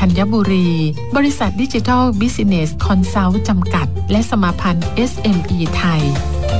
ธัญบุรีบริษัทดิจิทัลบิสเนสคอนซัลท์จำกัดและสมาพันธ์ SME ไทย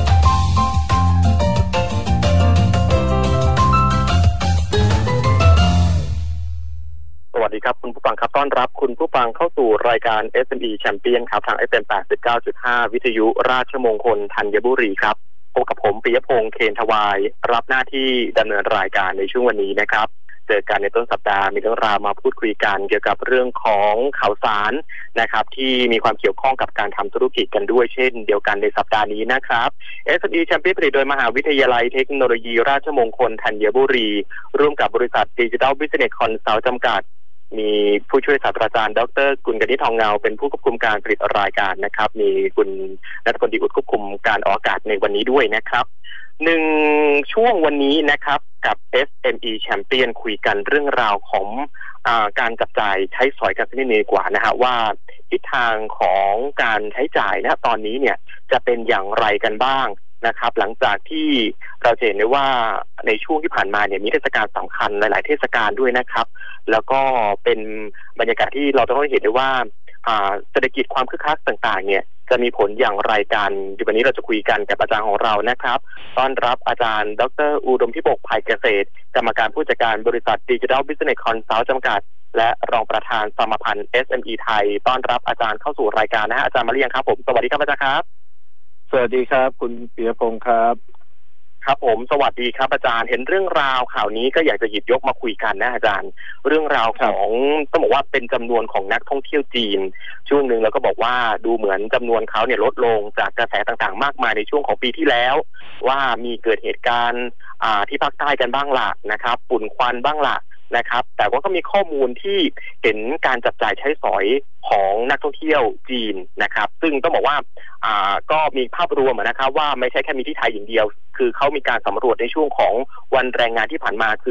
สวัสดีครับคุณผู้ฟังครับต้อนรับคุณผู้ฟังเข้าสู่รายการ SME Champion ครับทาง FM 89.5 วิทยุราชมงคลธัญบุรีครับพบกับผมปิยพงษ์เคนทวายรับหน้าที่ดำเนินรายการในช่วงวันนี้นะครับเจอกันในต้นสัปดาห์มีเรื่องราวมาพูดคุยกันเกี่ยวกับเรื่องของข่าวสารนะครับที่มีความเกี่ยวข้องกับการทำธุรกิจกันด้วยเช่นเดียวกันในสัปดาห์นี้นะครับ SME Champion ผลิตโดยมหาวิทยาลัยเทคโนโลยีราชมงคลธัญบุรีร่วมกับบริษัท Digital Business Consult จำกัดมีผู้ช่วยศาสตราจารย์ดร.กุลกนิษฐ์ทองเงาเป็นผู้ควบคุมการผลิตรายการนะครับมีคุณณัฐพล ดีอุดควบคุมการออกอากาศในวันนี้ด้วยนะครับหนึ่งช่วงวันนี้นะครับกับ SME Champion คุยกันเรื่องราวของการจับจ่ายใช้สอยกันสักนิดนึงกว่านะฮะว่าทิศทางของการใช้จ่ายนะตอนนี้เนี่ยจะเป็นอย่างไรกันบ้างนะครับหลังจากที่เราเห็นได้ว่าในช่วงที่ผ่านมาเนี่ยมีเทศกาลสำคัญหลายๆเทศกาลด้วยนะครับแล้วก็เป็นบรรยากาศที่เราต้องเห็นได้ว่าเศรษฐกิจความคึกคักต่างๆเนี่ยจะมีผลอย่างไรกันวันนี้เราจะคุยกันกับอาจารย์ของเรานะครับต้อนรับอาจารย์ดร.อุดมพิบกภัยเกษตรกรรมการผู้จัดการบริษัท Digital Business Consult จำกัดและรองประธานสมาพันธ์ SME ไทยต้อนรับอาจารย์เข้าสู่รายการนะฮะอาจารย์มาเรียงครับผมสวัสดีครับอาจารย์ครับสวัสดีครับคุณปิยพงษ์ครับครับผมสวัสดีครับอาจารย์เห็นเรื่องราวข่าวนี้ก็อยากจะหยิบยกมาคุยกันนะอาจารย์เรื่องราวของต้องบอกว่าเป็นจำนวนของนักท่องเที่ยวจีนช่วงหนึ่งแล้วก็บอกว่าดูเหมือนจำนวนเขาเนี่ยลดลงจากกระแสต่างๆมากมายในช่วงของปีที่แล้วว่ามีเกิดเหตุการณ์ที่ภาคใต้กันบ้างล่ะนะครับฝุ่นควันบ้างล่ะนะครับแต่ว่าก็มีข้อมูลที่เห็นการจับจ่ายใช้สอยของนักท่องเที่ยวจีนนะครับซึ่งต้องบอกว่าก็มีภาพรวมนะครับว่าไม่ใช่แค่มีที่ไทยอย่างเดียวคือเขามีการสำรวจในช่วงของวันแรงงานที่ผ่านมาคือ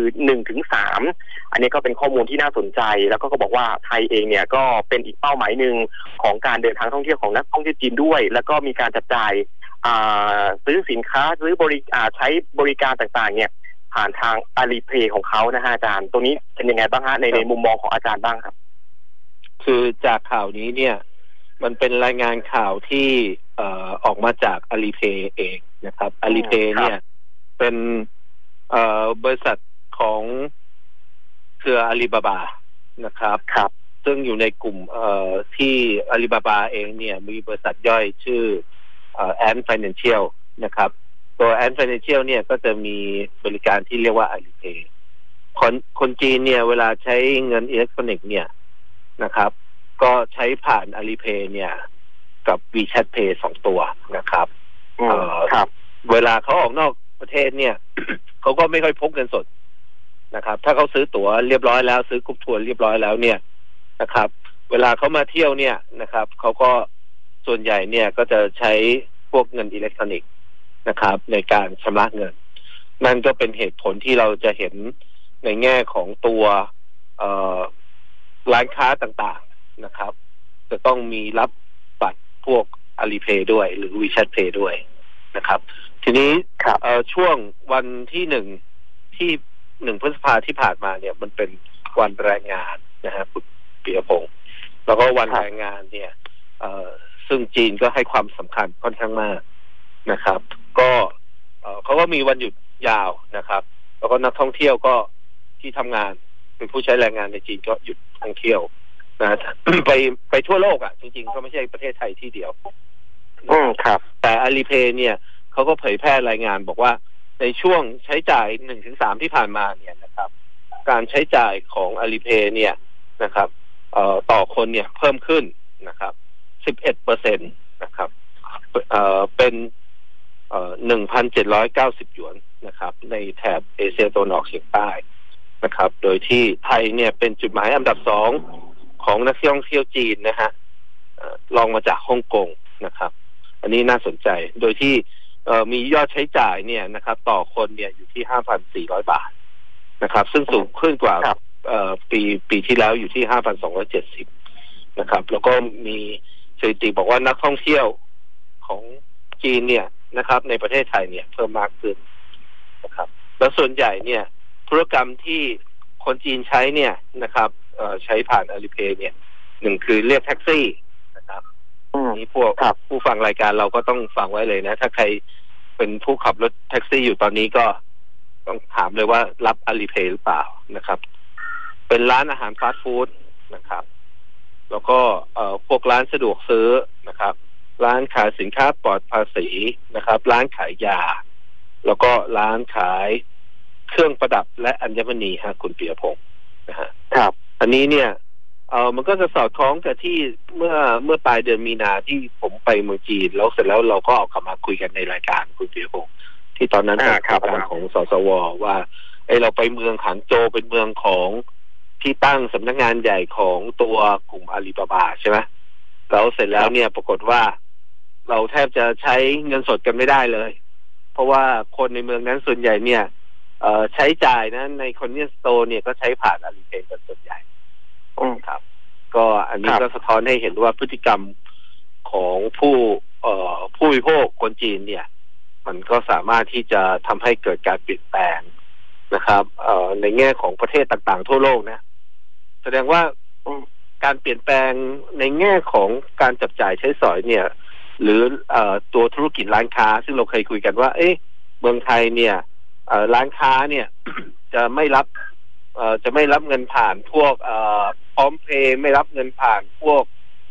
1-3 อันนี้ก็เป็นข้อมูลที่น่าสนใจแล้วก็บอกว่าไทยเองเนี่ยก็เป็นอีกเป้าหมายหนึ่งของการเดินทางท่องเที่ยวของนักท่องเที่ยวจีนด้วยแล้วก็มีการจับจ่ายซื้อสินค้าซื้อบริใช้บริการต่างๆเนี่ยผ่านทาง Alipay ของเขานะฮะอาจารย์ตรงนี้เป็นยังไงบ้างฮะในมุมมองของอาจารย์บ้างครับคือจากข่าวนี้เนี่ยมันเป็นรายงานข่าวที่ออกมาจาก Alipay เองนะครับ Alipay เนี่ยเป็นบริษัทของเครืออาลีบาบานะครับซึ่งอยู่ในกลุ่มที่อาลีบาบาเองเนี่ยมีบริษัทย่อยชื่อAnt Financial นะครับตัว Ant Financial เนี่ยก็จะมีบริการที่เรียกว่า Alipay คนจีนเนี่ยเวลาใช้เงินอิเล็กทรอนิกส์เนี่ยนะครับก็ใช้ผ่าน Alipay เนี่ยกับ WeChat Pay 2 ตัวนะครับเวลาเขาออกนอกประเทศเนี่ย เขาก็ไม่ค่อยพกเงินสดนะครับถ้าเขาซื้อตั๋วเรียบร้อยแล้วซื้อกรุ๊ปทัวร์เรียบร้อยแล้วเนี่ยนะครับเวลาเขามาเที่ยวเนี่ยนะครับเขาก็ส่วนใหญ่เนี่ยก็จะใช้พวกเงินอิเล็กทรอนิกส์นะครับในการชำระเงินนั่นก็เป็นเหตุผลที่เราจะเห็นในแง่ของตัวร้านค้าต่างๆนะครับจะต้องมีรับบัตรพวก Alipay ด้วยหรือ WeChat Pay ด้วยนะครับทีนี้ช่วงวันที่1 พฤษภาคมที่ผ่านมาเนี่ยมันเป็นวันแรงงานนะฮะคุณปิยพงษ์แล้วก็วันแรงงานเนี่ยซึ่งจีนก็ให้ความสำคัญค่อนข้างมากนะครับก็เขาก็มีวันหยุดยาวนะครับแล้วก็นักท่องเที่ยวก็ที่ทำงานเป็นผู้ใช้แรงงานในจีนก็หยุดท่องเที่ยวนะ ไปทั่วโลกอ่ะจริงๆก็ไม่ใช่ประเทศไทยที่เดียวครับแต่ Alipay เนี่ยเขาก็เผยแพร่รายงานบอกว่าในช่วงใช้จ่าย 1-3 ที่ผ่านมาเนี่ยนะครับการใช้จ่ายของ Alipay เนี่ยนะครับต่อคนเนี่ยเพิ่มขึ้นนะครับ 11% นะครับเป็น 1,790 หยวนนะครับในแถบเอเชียตะวันออกเฉียงใต้นะครับโดยที่ไทยเนี่ยเป็นจุดหมายอันดับ2ของนักท่องเที่ยวจีนนะฮะรองมาจากฮ่องกงนะครับอันนี้น่าสนใจโดยที่มียอดใช้จ่ายเนี่ยนะครับต่อคนเนี่ยอยู่ที่ 5,400 บาทนะครับซึ่งสูงขึ้นกว่าปีที่แล้วอยู่ที่ 5,270 นะครับแล้วก็มีสถิติบอกว่านักท่องเที่ยวของจีนเนี่ยนะครับในประเทศไทยเนี่ยเพิ่มมากขึ้นนะครับแล้วส่วนใหญ่เนี่ยธุรกรรมที่คนจีนใช้เนี่ยนะครับใช้ผ่าน Alipay เนี่ยหนึ่งคือเรียกแท็กซี่นะครับนี่พวกผู้ฟังรายการเราก็ต้องฟังไว้เลยนะถ้าใครเป็นผู้ขับรถแท็กซี่อยู่ตอนนี้ก็ต้องถามเลยว่ารับ Alipay หรือเปล่านะครับเป็นร้านอาหารฟาสต์ฟู้ดนะครับแล้วก็พวกร้านสะดวกซื้อนะครับร้านขายสินค้าปลอดภาษีนะครับร้านขายยาแล้วก็ร้านขายเครื่องประดับและอัญมณีฮะคุณปิยพงศ์นะฮะครับอันนี้เนี่ยมันก็จะสอดคล้องกับที่เมื่อปลายเดือนมีนาที่ผมไปเมืองจีนแล้วเสร็จแล้วเราก็เอากลับมาคุยกันในรายการคุณปิยพงศ์ที่ตอนนั้นเป็นข่าวของสสวว่าเราไปเมืองหางโจวเป็นเมืองของที่ตั้งสำนักงานใหญ่ของตัวกลุ่มอาลีบาบาใช่ไหมแล้วเสร็จแล้วเนี่ยปรากฏว่าเราแทบจะใช้เงินสดกันไม่ได้เลยเพราะว่าคนในเมืองนั้นส่วนใหญ่เนี่ยใช้จ่ายนะในคอนเนียนสโตร์เนี่ยก็ใช้ผ่านอาลีเพย์กันส่วนใหญ่ครับก็อันนี้ก็สะท้อนให้เห็นว่าพฤติกรรมของผู้บริโภคคนจีนเนี่ยมันก็สามารถที่จะทำให้เกิดการเปลี่ยนแปลงนะครับในแง่ของประเทศต่างๆทั่วโลกนะแสดงว่าการเปลี่ยนแปลงในแง่ของการจับจ่ายใช้สอยเนี่ยหรือตัวธุรกิจร้านค้าซึ่งเราเคยคุยกันว่าเมืองไทยเนี่ยร้านค้าเนี่ยจะไม่รับเงินผ่านพวกพร้อมเพย์ไม่รับเงินผ่านพวก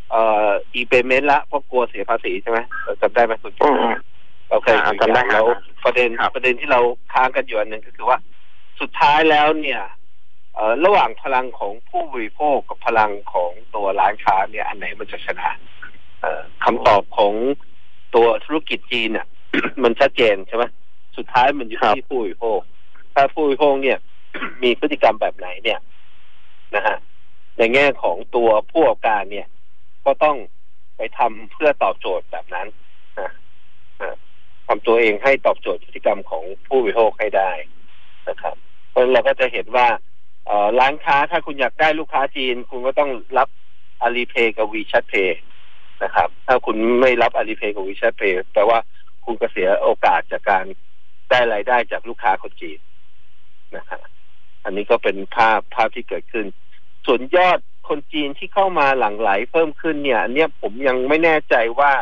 e-payment ละเพราะกลัวเสียภาษีใช่ไหมจำได้ไหมคุณเราเคยคุยกันแล้วประเด็นที่เราค้างกันอยู่อันนึงก็คือว่าสุดท้ายแล้วเนี่ยระหว่างพลังของผู้บริโภคกับพลังของตัวร้านค้าเนี่ยอันไหนมันจะชนะคำตอบของตัวธุรกิจจีนเนี่ย มันชัดเจนใช่ไหมสุดท้ายมันอยู่ที่ผู้บริโภคถ้าผู้บริโภคเนี่ย มีพฤติกรรมแบบไหนเนี่ยนะฮะในแง่ของตัวผู้ประกอบการเนี่ยก็ต้องไปทำเพื่อตอบโจทย์แบบนั้นทำตัวเองให้ตอบโจทย์พฤติกรรมของผู้บริโภคให้ได้นะครับเพราะเราก็จะเห็นว่าร้านค้าถ้าคุณอยากได้ลูกค้าจีนคุณก็ต้องรับ Alipay กับ WeChat Pay นะครับถ้าคุณไม่รับ Alipay กับ WeChat Pay แปลว่าคุณก็เสียโอกาสจากการได้รายได้จากลูกค้าคนจีนนะครับอันนี้ก็เป็นภาพที่เกิดขึ้นส่วนยอดคนจีนที่เข้ามาหลั่งไหลเพิ่มขึ้นเนี่ยอันนี้ผมยังไม่แน่ใจว่า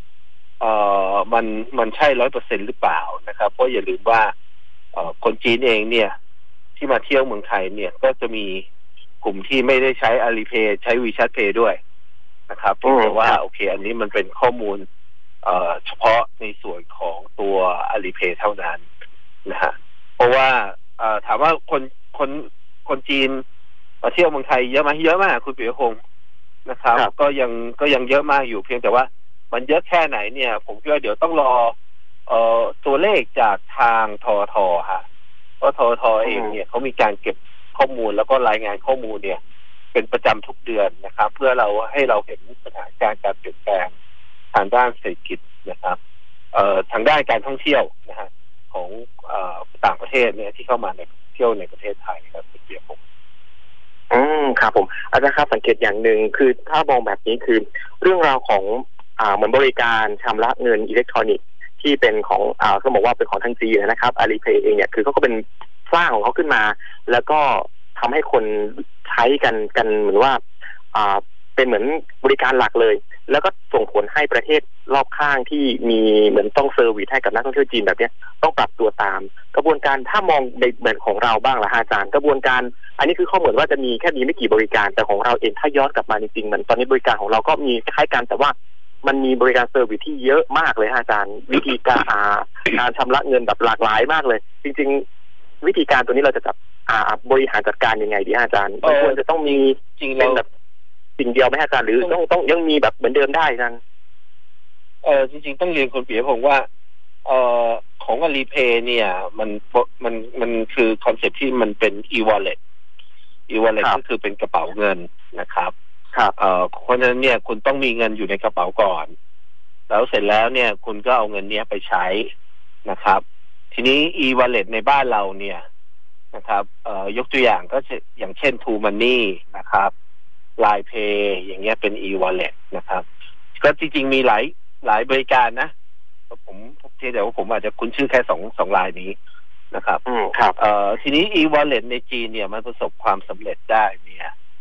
มันใช่ 100% หรือเปล่านะครับเพราะอย่าลืมว่าคนจีนเองเนี่ยที่มาเที่ยวเมืองไทยเนี่ยก็จะมีกลุ่มที่ไม่ได้ใช้ Alipay ใช้ WeChat Pay ด้วยนะครับแต่ว่าโอเคอันนี้มันเป็นข้อมูลเฉพาะในส่วนของตัว Alipay เท่านั้นนะฮะเพราะว่าถามว่าคนจีนมาเที่ยวเมืองไทยเยอะไหมเยอะมากคุณปิยพงศ์นะครับก็ยังเยอะมากอยู่เพียงแต่ว่ามันเยอะแค่ไหนเนี่ยผมคิดว่าเดี๋ยวต้องรอตัวเลขจากทางททฮะเพราะททเองเนี่ยเขามีการเก็บข้อมูลแล้วก็รายงานข้อมูลเนี่ยเป็นประจำทุกเดือนนะครับเพื่อให้เราเห็นสถานการณ์การเปลี่ยนแปลงทางด้านเศรษฐกิจนะครับทางด้านการท่องเที่ยวนะฮะของต่างประเทศเนี่ยที่เข้ามาในเที่ยวในประเทศไทยครับคุณเปียพงศ์ครับผมอาจารย์ครับสังเกตอย่างหนึ่งคือถ้ามองแบบนี้คือเรื่องราวของเหมือนบริการชำระเงินอิเล็กทรอนิกส์ที่เป็นของเขาบอกว่าเป็นของทางจีนนะครับ Alipay เองเนี่ยคือเขาก็เป็นสร้างของเขาขึ้นมาแล้วก็ทำให้คนใช้กันเหมือนว่าเป็นเหมือนบริการหลักเลยแล้วก็ส่งผลให้ประเทศรอบข้างที่มีเหมือนต้องเซอร์วิสให้กับนักท่องเที่ยวจีนแบบนี้ต้องปรับตัวตามกระบวนการถ้ามองในแบบของเราบ้างละอาจารย์กระบวนการอันนี้คือข้อมูลว่าจะมีแค่มีไม่กี่บริการแต่ของเราเองถ้าย้อนกลับมาจริงๆเหมือนตอนนี้บริการของเราก็มีคล้ายกันแต่ว่ามันมีบริการเซอร์วิสที่เยอะมากเลยอาจารย์วิธีการชำระเงินแบบหลากหลายมากเลยจริงๆวิธีการตัวนี้เราจะจับบริหารจัดการยังไงดีอาจารย์ควรจะต้องมีเป็นแบบสิ่งเดียวไหมอาจารย์หรือต้องยังมีแบบเหมือนเดิมได้อาจารย์จริงๆต้องเรียนคุณปิยพงศ์ว่าของ Alipay เนี่ยมันคือคอนเซ็ปต์ที่มันเป็น e-wallet ก็คือเป็นกระเป๋าเงินนะครับเพราะฉะนั้นเนี่ยคุณต้องมีเงินอยู่ในกระเป๋าก่อนแล้วเสร็จแล้วเนี่ยคุณก็เอาเงินเนี้ยไปใช้นะครับทีนี้ e-wallet ในบ้านเราเนี่ยนะครับยกตัวอย่างก็อย่างเช่น True Money นะครับ Line Pay อย่างเงี้ยเป็น e-wallet นะครับก็จริงๆมีหลายบริการนะผมเดี๋ยวผมอาจจะคุ้นชื่อแค่สองรายนี้นะครับครับทีนี้ e-wallet ในจีนเนี่ยมันประสบความสำเร็จได้เนี่ย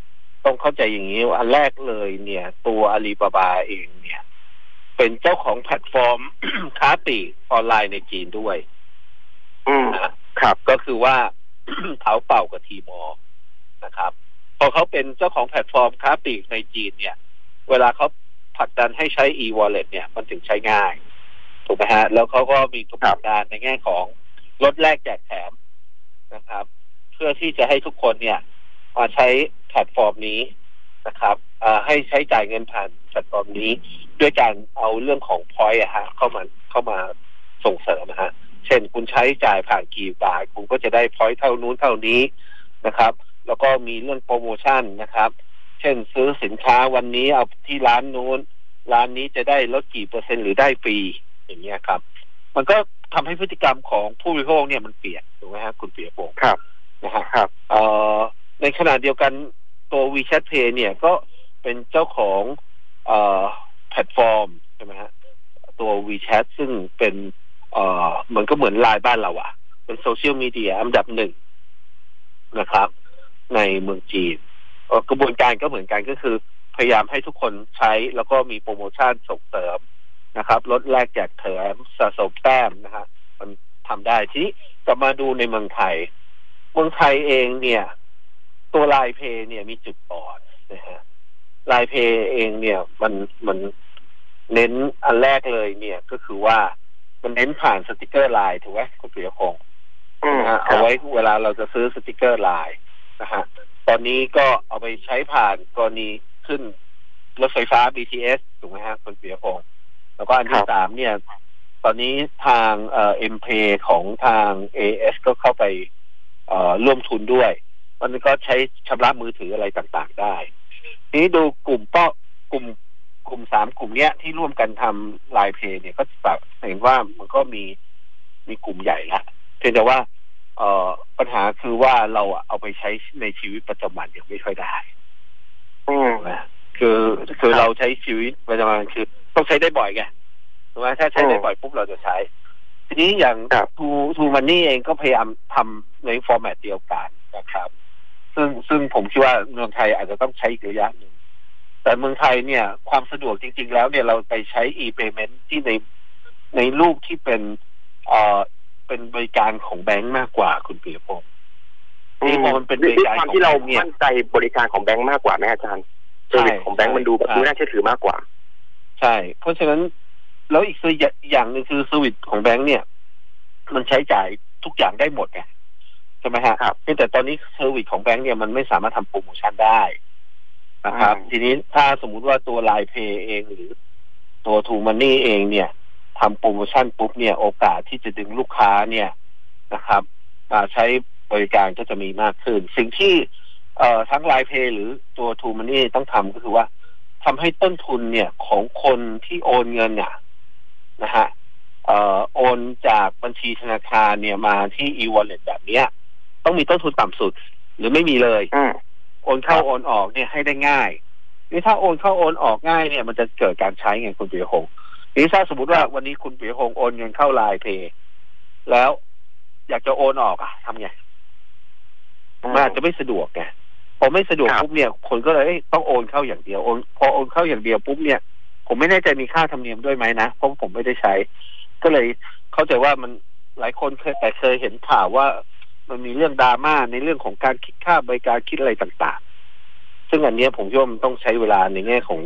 ต้องเข้าใจอย่างนี้ว่าอันแรกเลยเนี่ยตัวอาลีบาบาเองเนี่ยเป็นเจ้าของแพลตฟอร์ม ค้าปลีกออนไลน์ในจีนด้วยครับก็คือว่า เท้าเป่ากับทีมอนะครับพอเขาเป็นเจ้าของแพลตฟอร์มค้าปลีกในจีนเนี่ยเวลาเขาผลักดันให้ใช้ e-wallet เนี่ยมันถึงใช้ง่ายถูกไหมฮะแล้วเขาก็มีกระบวนการในแง่ของลดแลกแจกแถมนะครับเพื่อที่จะให้ทุกคนเนี่ยมาใช้แพลตฟอร์มนี้นะครับให้ใช้จ่ายเงินผ่านแพลตฟอร์มนี้ด้วยการเอาเรื่องของ point เข้ามาส่งเสริมฮะเช่นคุณใช้จ่ายผ่านกี่บาทคุณก็จะได้ point เท่านู้นเท่านี้นะครับแล้วก็มีเรื่องโปรโมชั่นนะครับเช่นซื้อสินค้าวันนี้เอาที่ร้านนู้นร้านนี้จะได้ลดกี่เปอร์เซ็นต์หรือได้ฟรีอย่างเงี้ยครับมันก็ทำให้พฤติกรรมของผู้บริโภคเนี่ยมันเปลี่ยนถูกไหมฮะคุณเปียพงศ์ครับนะฮะในขณะเดียวกันตัว WeChat Pay เนี่ยก็เป็นเจ้าของแพลตฟอร์มใช่ไหมฮะตัว WeChat ซึ่งเป็นมันก็เหมือนไลน์บ้านเราเป็นโซเชียลมีเดียอันดับหนึ่งนะครับในเมืองจีนกระบวนการก็เหมือนกันก็คือพยายามให้ทุกคนใช้แล้วก็มีโปรโมชั่นส่งเสริมนะครับลดแลกแจกแถมสะสมแต้มนะฮะมันทำได้ทีนี้กลับมาดูในเมืองไทยเองเนี่ยตัวไลน์เพย์เนี่ยมีจุดอ่อนนะฮะไลน์เพย์เองเนี่ยมันเน้นอันแรกเลยเนี่ยก็คือว่ามันเน้นผ่านสติกเกอร์ไลน์ถูกไหมคุณเปียพงศ์นะฮะเอาไว้เวลาเราจะซื้อสติกเกอร์ไลน์นะฮะตอนนี้ก็เอาไปใช้ผ่านกรณีขึ้นรถไฟฟ้า BTS ถูกไหมฮะคุณเปียพงศ์แล้วก็อันที่สามเนี่ยตอนนี้ทางMPay ของทาง AS ก็เข้าไปร่วมทุนด้วยมันก็ใช้ชำระมือถืออะไรต่างๆได้ทีนี้ดูกลุ่มสามกลุ่มเนี้ยที่ร่วมกันทำไลน์เพย์เนี่ยก็แบบเห็นว่ามันก็มีกลุ่มใหญ่ละเพียงแต่ว่าปัญหาคือว่าเราเอาไปใช้ในชีวิตประจำวันยังไม่ค่อยได้นะคือเราใช้ชีวิตประจำวันคือต้องใช้ได้บ่อยไงถูกไหมถ้าใช้ได้บ่อยปุ๊บเราจะใช้ทีนี้อย่างทูมันนี่เองก็พยายามทำในฟอร์แมตเดียวกันนะครับซึ่งผมคิดว่าเมืองไทยอาจจะต้องใช้อีกระยะหนึ่งแต่เมืองไทยเนี่ยความสะดวกจริงๆแล้วเนี่ยเราไปใช้ e-payment ที่ในรูปที่เป็นบริการของแบงก์มากกว่าคุณปีพงศ์นี่พอมันเป็นบริการของที่เรามั่นใจบริการของแบงก์มากกว่าไหมอาจารย์เซอร์วิสของแบงก์มันดูแบบน่าเชื่อถือมากกว่าใช่เพราะฉะนั้นแล้วอีกอย่างหนึ่งคือเซอร์วิสของแบงก์เนี่ยมันใช้จ่ายทุกอย่างได้หมดไงใช่ไหมฮะแต่ตอนนี้เซอร์วิสของแบงก์เนี่ยมันไม่สามารถทำโปรโมชั่นได้นะครับทีนี้ถ้าสมมุติว่าตัว Line Pay เองหรือตัว True Money เองเนี่ยทำโปรโมชั่นปุ๊บเนี่ยโอกาสที่จะดึงลูกค้าเนี่ยนะครับมาใช้บริการก็จะมีมากขึ้นสิ่งที่ทั้ง Line Pay หรือตัว True Money ต้องทำก็คือว่าทำให้ต้นทุนเนี่ยของคนที่โอนเงินเนี่ยนะฮะโอนจากบัญชีธนาคารเนี่ยมาที่ e-wallet แบบนี้ต้องมีต้นทุนต่ำสุดหรือไม่มีเลยโอนเข้าโอนออกเนี่ยให้ได้ง่ายนี่ถ้าโอนเข้าโอนออกง่ายเนี่ยมันจะเกิดการใช้ไงคุณปิยพงศ์นี่ถ้าสมมติว่าวันนี้คุณปิยพงศ์โอนเงินเข้า Line Pay แล้วอยากจะโอนออกทำไงมันอาจจะไม่สะดวกไงพอไม่สะดวกปุ๊บเนี่ยคนก็เลยต้องโอนเข้าอย่างเดียวพอโอนเข้าอย่างเดียวปุ๊บเนี่ยผมไม่แน่ใจมีค่าธรรมเนียมด้วยไหมนะเพราะผมไม่ได้ใช้ก็เลยเข้าใจว่ามันหลายคนเคยเห็นข่าวว่ามันมีเรื่องดราม่าในเรื่องของการคิดค่าบริการคิดอะไรต่างๆซึ่งอันนี้ผมคิดว่ามันต้องใช้เวลาในแง่ของ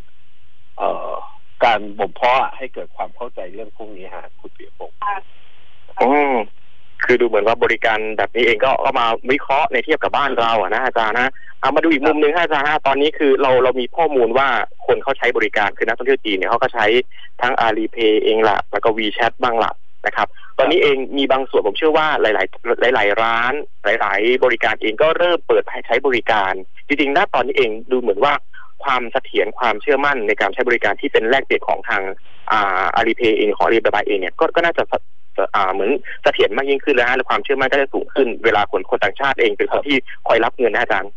การบ่มเพาะให้เกิดความเข้าใจเรื่องพวกนี้ฮะคุณเปียพงศ์คือดูเหมือนว่าบริการแบบนี้เองก็มาวิเคราะห์ในเทียบกับบ้านเรานะอาจารย์นะเอามาดูอีกมุมนึงอาจารย์ตอนนี้คือเรามีข้อมูลว่าคนเขาใช้บริการคือนักท่องเที่ยวจีนเนี่ยเขาก็ใช้ทั้ง Alipay เองละแล้วก็ WeChat บ้างละนะครับตอนนี้เองมีบางส่วนผมเชื่อว่าหลายร้านหลายบริการเองก็เริ่มเปิดให้ใช้บริการจริงๆณตอนนี้เองดูเหมือนว่าความเสถียรความเชื่อมั่นในการใช้บริการที่เป็นแลกเปลี่ยนของทางAlipay เองของ Alibaba เองเนี่ยก็น่าจะเหมือนเสถียรมากยิ่งขึ้นแล้วและความเชื่อมั่นก็จะสูงขึ้นเวลาคนต่างชาติเองเป็นคนที่คอยรับเงินนะอาจารย์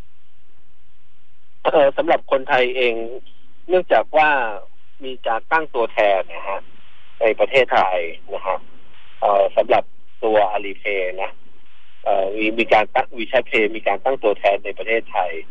สำหรับคนไทยเองเนื่องจากว่ามีการตั้งตัวแทนนะฮะในประเทศไทยนะฮะสำหรับตัว Alipay นะมีการตั้ง WeChat Pay มีการตั้งตัวแทนในประเทศไทย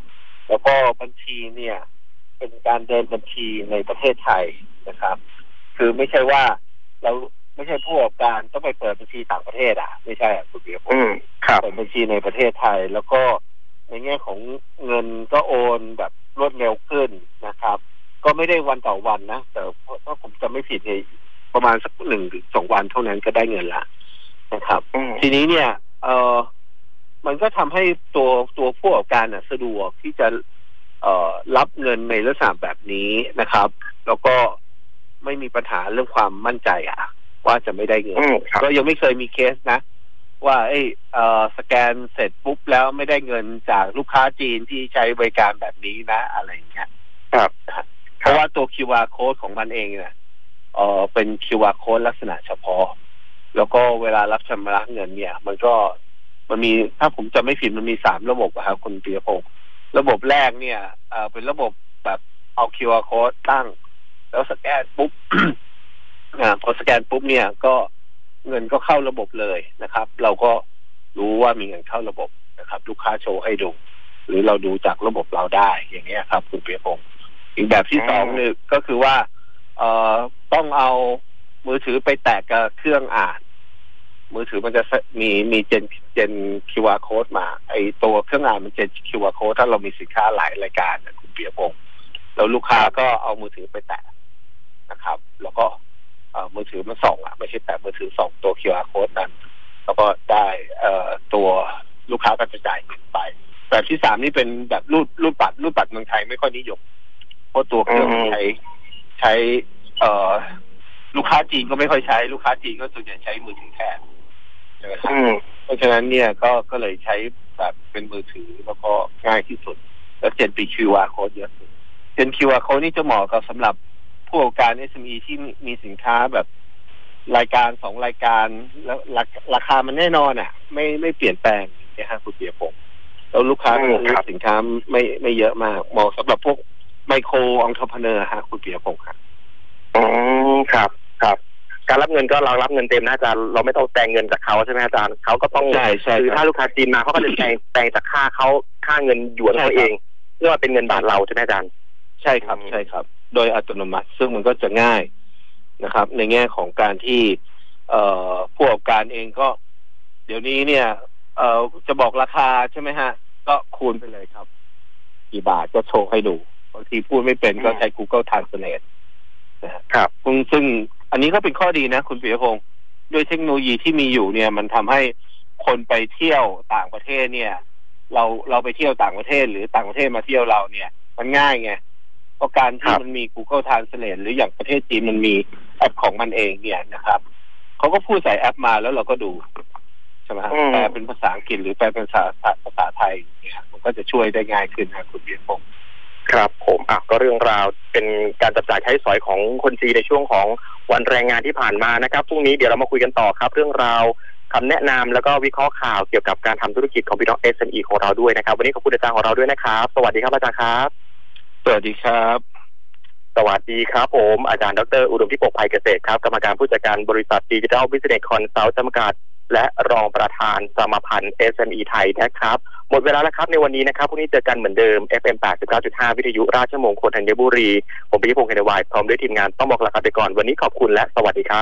แล้วก็บัญชีเนี่ยเป็นการเดินบัญชีในประเทศไทยนะครับคือไม่ใช่ว่าเราไม่ใช่ผู้ประกอบการต้องไปเปิดบัญชีต่างประเทศไม่ใช่คุณเบียร์เปิดบัญชีในประเทศไทยแล้วก็ในแง่ของเงินก็โอนแบบรวดเร็วขึ้นนะครับก็ไม่ได้วันต่อวันนะแต่ถ้าผมจำไม่ผิดเนี่ยประมาณสัก1-2 วันเท่านั้นก็ได้เงินละนะครับทีนี้เนี่ยมันก็ทำให้ตัวผู้ประกอบการสะดวกที่จะรับเงินในลักษณะแบบนี้นะครับแล้วก็ไม่มีปัญหาเรื่องความมั่นใจว่าจะไม่ได้เงินก็ยังไม่เคยมีเคสนะว่าสแกนเสร็จปุ๊บแล้วไม่ได้เงินจากลูกค้าจีนที่ใช้บริการแบบนี้นะอะไรอย่างเงี้ยครับเพราะว่าตัว QR code ของมันเองเนี่ยเป็น QR code ลักษณะเฉพาะแล้วก็เวลารับชำระเงินเนี่ยมันมีถ้าผมจำไม่ผิดมันมี3ระบบครับคุณปียพงศ์ระบบแรกเนี่ยเป็นระบบแบบเอา QR code ตั้งแล้วสแกนปุ๊บ พอสแกนปุ๊บเนี่ยก็เงินก็เข้าระบบเลยนะครับเราก็รู้ว่ามีเงินเข้าระบบนะครับลูกค้าโชว์ให้ดูหรือเราดูจากระบบเราได้อย่างเงี้ยครับคุณปียพงศ์อีกแบบที่2เนี่ยก็คือว่าต้องเอามือถือไปแตะกับเครื่องอ่านมือถือมันจะมีเจน QR code มาไอตัวเครื่องอ่านมันเจน QR code ถ้าเรามีสินค้าหลายรายการคุณปียพงศ์แล้วลูกค้าก็เอามือถือไปแตะนะครับแล้วก็มือถือมันส่องไม่ใช่แตะมือถือส่องตัว QR code นั้นแล้วก็ได้ตัวลูกค้าก็จะจ่ายเงินไปแบบที่3นี่เป็นแบบรูดบัตรเมืองไทยไม่ค่อยนิยมเพราะตัวเครื่องใช้ลูกค้าจีนก็ไม่ค่อยใช้ลูกค้าจีนก็ส่วนใหญ่ใช้มือถือแทนเพราะฉะนั้นเนี่ยก็เลยใช้แบบเป็นมือถือแล้วก็ง่ายที่สุดแล้วเจนปี QR code เยอะสุดเจน QR code นี่จะเหมาะกับสำหรับผู้ประกอบการ SME ที่มีสินค้าแบบรายการ2รายการแล้วราคามันแน่นอนไม่เปลี่ยนแปลงนะครับคุณเปียพงศ์แล้วลูกค้าซื้อสินค้าไม่เยอะมากเหมาะสำหรับพวกไมโครองค์ประกอบคุณเปียพงศ์ครับครับการรับเงินก็เรารับเงินเต็มนะอาจารย์เราไม่ต้องแปลงเงินจากเขาใช่ไหมอาจารย์เขาก็ต้องคือถ้าลูกค้าจีนมาเขาก็จะแปลงจากค่าเงินหยวนเขาเองเพื่อว่าเป็นเงินบาทเราใช่ไหมอาจารย์ใช่ครับโดยอัตโนมัติซึ่งมันก็จะง่ายนะครับในแง่ของการที่ผู้ประกอบการเองก็เดี๋ยวนี้เนี่ยจะบอกราคาใช่ไหมฮะก็คูณไปเลยครับกี่บาทก็โชว์ให้ดูบางทีพูดไม่เป็นก็ใช้ Google Translate นะครับซึ่งอันนี้ก็เป็นข้อดีนะคุณปิยพงศ์ด้วยเทคโนโลยีที่มีอยู่เนี่ยมันทำให้คนไปเที่ยวต่างประเทศเนี่ยเราไปเที่ยวต่างประเทศหรือต่างประเทศมาเที่ยวเราเนี่ยมันง่ายไงเพราะการที่มันมี Google Translate หรืออย่างประเทศจีนมันมีแอปของมันเองเนี่ยนะครับเขาก็พูดใส่แอปมาแล้วเราก็ดูใช่ไหมแปลเป็นภาษาอังกฤษหรือแปลเป็นภาษาไทยเนี่ยมันก็จะช่วยได้ง่ายขึ้นครับคุณปิยพงศ์ครับผมก็เรื่องราวเป็นการจับจ่ายใช้สอยของคนจีนในช่วงของวันแรงงานที่ผ่านมานะครับพรุ่งนี้เดี๋ยวเรามาคุยกันต่อครับเรื่องราวคำแนะนำแล้วก็วิเคราะห์ข่าวเกี่ยวกับการทำธุรกิจของพี่น้อง SME ของเราด้วยนะครับวันนี้ขอบคุณอาจารย์ของเราด้วยนะครับสวัสดีครับอาจารย์ครับสวัสดีครับสวัสดีครับผมอาจารย์ดร.อุดมพิปกภัยเกษตรครับกรรมการผู้จัดการบริษัท Digital Business Consult จำกัดและรองประธานสมาพันธ์ SME ไทยนะครับหมดเวลาแล้วครับในวันนี้นะครับพรุ่งนี้เจอกันเหมือนเดิม FM 89.5 วิทยุราชมงคลธัญบุรีผมปิยพงษ์ เคนวายพร้อมด้วยทีมงานต้องบอกลาไปก่อนวันนี้ขอบคุณและสวัสดีครับ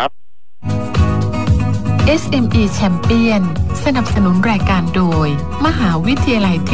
SME Champion สนับสนุนรายการโดยมหาวิทยาลัย